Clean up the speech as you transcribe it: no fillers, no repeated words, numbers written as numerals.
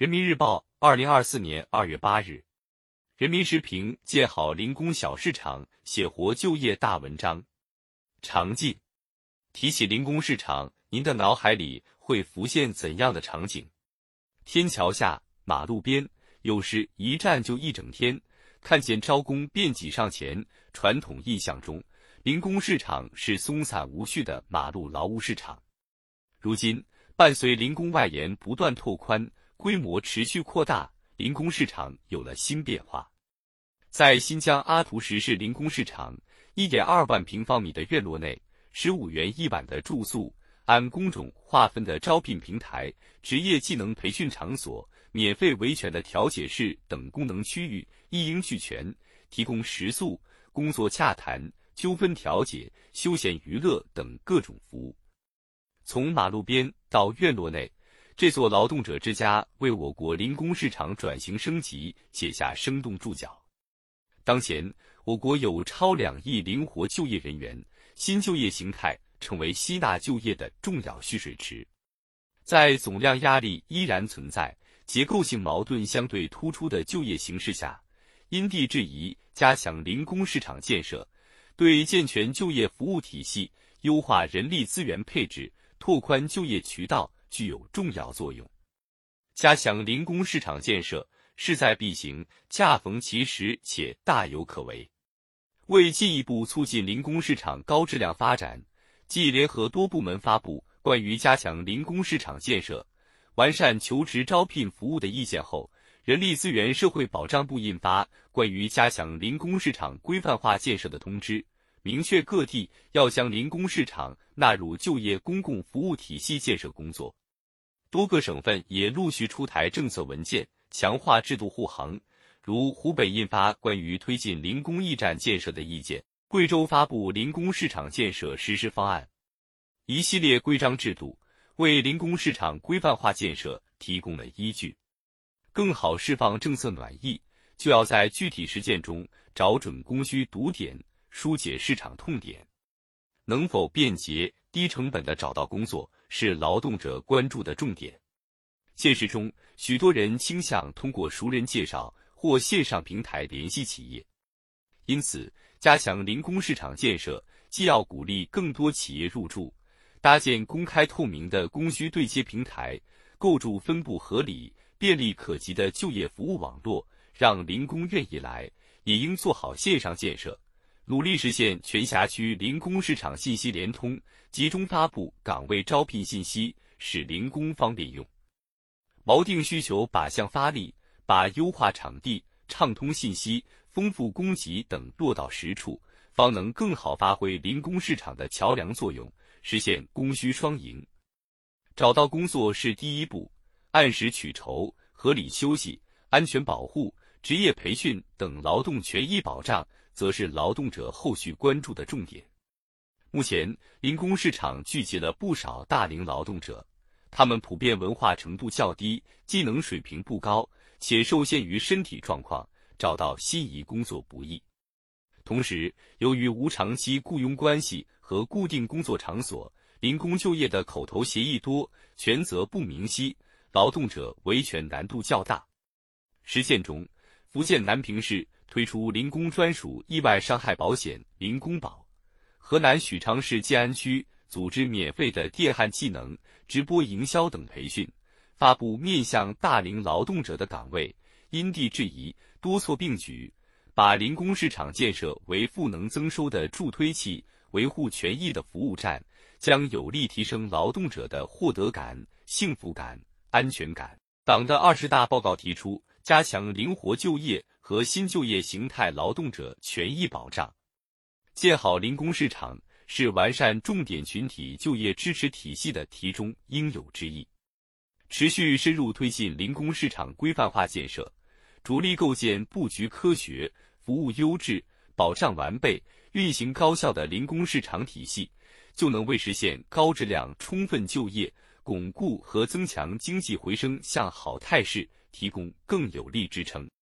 人民日报2024年2月8日，人民时评：建好零工小市场，写活就业大文章。场景：提起零工市场，您的脑海里会浮现怎样的场景？天桥下、马路边，有时一站就一整天，看见招工便挤上前。传统印象中，零工市场是松散无序的马路劳务市场。如今，伴随零工外延不断拓宽，规模持续扩大，零工市场有了新变化。在新疆阿图什市零工市场，1.2万平方米的院落内，15元一晚的住宿，按工种划分的招聘平台、职业技能培训场所、免费维权的调解室等功能区域一应俱全，提供食宿、工作洽谈、纠纷调解、休闲娱乐等各种服务。从马路边到院落内，这座劳动者之家为我国零工市场转型升级写下生动注脚。当前，我国有超2亿灵活就业人员，新就业形态成为吸纳就业的重要蓄水池。在总量压力依然存在、结构性矛盾相对突出的就业形势下，因地制宜加强零工市场建设，对健全就业服务体系、优化人力资源配置、拓宽就业渠道具有重要作用。加强零工市场建设势在必行，恰逢其时且大有可为。为进一步促进零工市场高质量发展，继联合多部门发布关于加强零工市场建设、完善求职招聘服务的意见后，人力资源社会保障部印发关于加强零工市场规范化建设的通知，明确各地要将零工市场纳入就业公共服务体系建设工作。多个省份也陆续出台政策文件，强化制度护航，如湖北印发关于推进零工驿站建设的意见，贵州发布零工市场建设实施方案。一系列规章制度为零工市场规范化建设提供了依据。更好释放政策暖意，就要在具体实践中找准供需堵点，疏解市场痛点。能否便捷、低成本地找到工作，是劳动者关注的重点。现实中，许多人倾向通过熟人介绍或线上平台联系企业。因此，加强零工市场建设，既要鼓励更多企业入驻，搭建公开透明的供需对接平台，构筑分布合理、便利可及的就业服务网络，让零工愿意来，也应做好线上建设，努力实现全辖区零工市场信息联通，集中发布岗位招聘信息，使零工方便用。锚定需求靶向发力，把优化场地、畅通信息、丰富供给等落到实处，方能更好发挥零工市场的桥梁作用，实现供需双赢。找到工作是第一步，按时取酬、合理休息、安全保护、职业培训等劳动权益保障，则是劳动者后续关注的重点。目前，零工市场聚集了不少大龄劳动者，他们普遍文化程度较低，技能水平不高，且受限于身体状况，找到心仪工作不易。同时，由于无长期雇佣关系和固定工作场所，零工就业的口头协议多，权责不明晰，劳动者维权难度较大。实践中，福建南平市推出零工专属意外伤害保险零工保，河南许昌市建安区组织免费的电焊技能、直播营销等培训，发布面向大龄劳动者的岗位，因地制宜，多措并举，把零工市场建设为赋能增收的助推器，维护权益的服务站，将有力提升劳动者的获得感、幸福感、安全感。党的20大报告提出，加强灵活就业和新就业形态劳动者权益保障。建好零工市场是完善重点群体就业支持体系的题中应有之义。持续深入推进零工市场规范化建设，着力构建布局科学、服务优质、保障完备、运行高效的零工市场体系，就能为实现高质量充分就业、巩固和增强经济回升向好态势提供更有力支撑。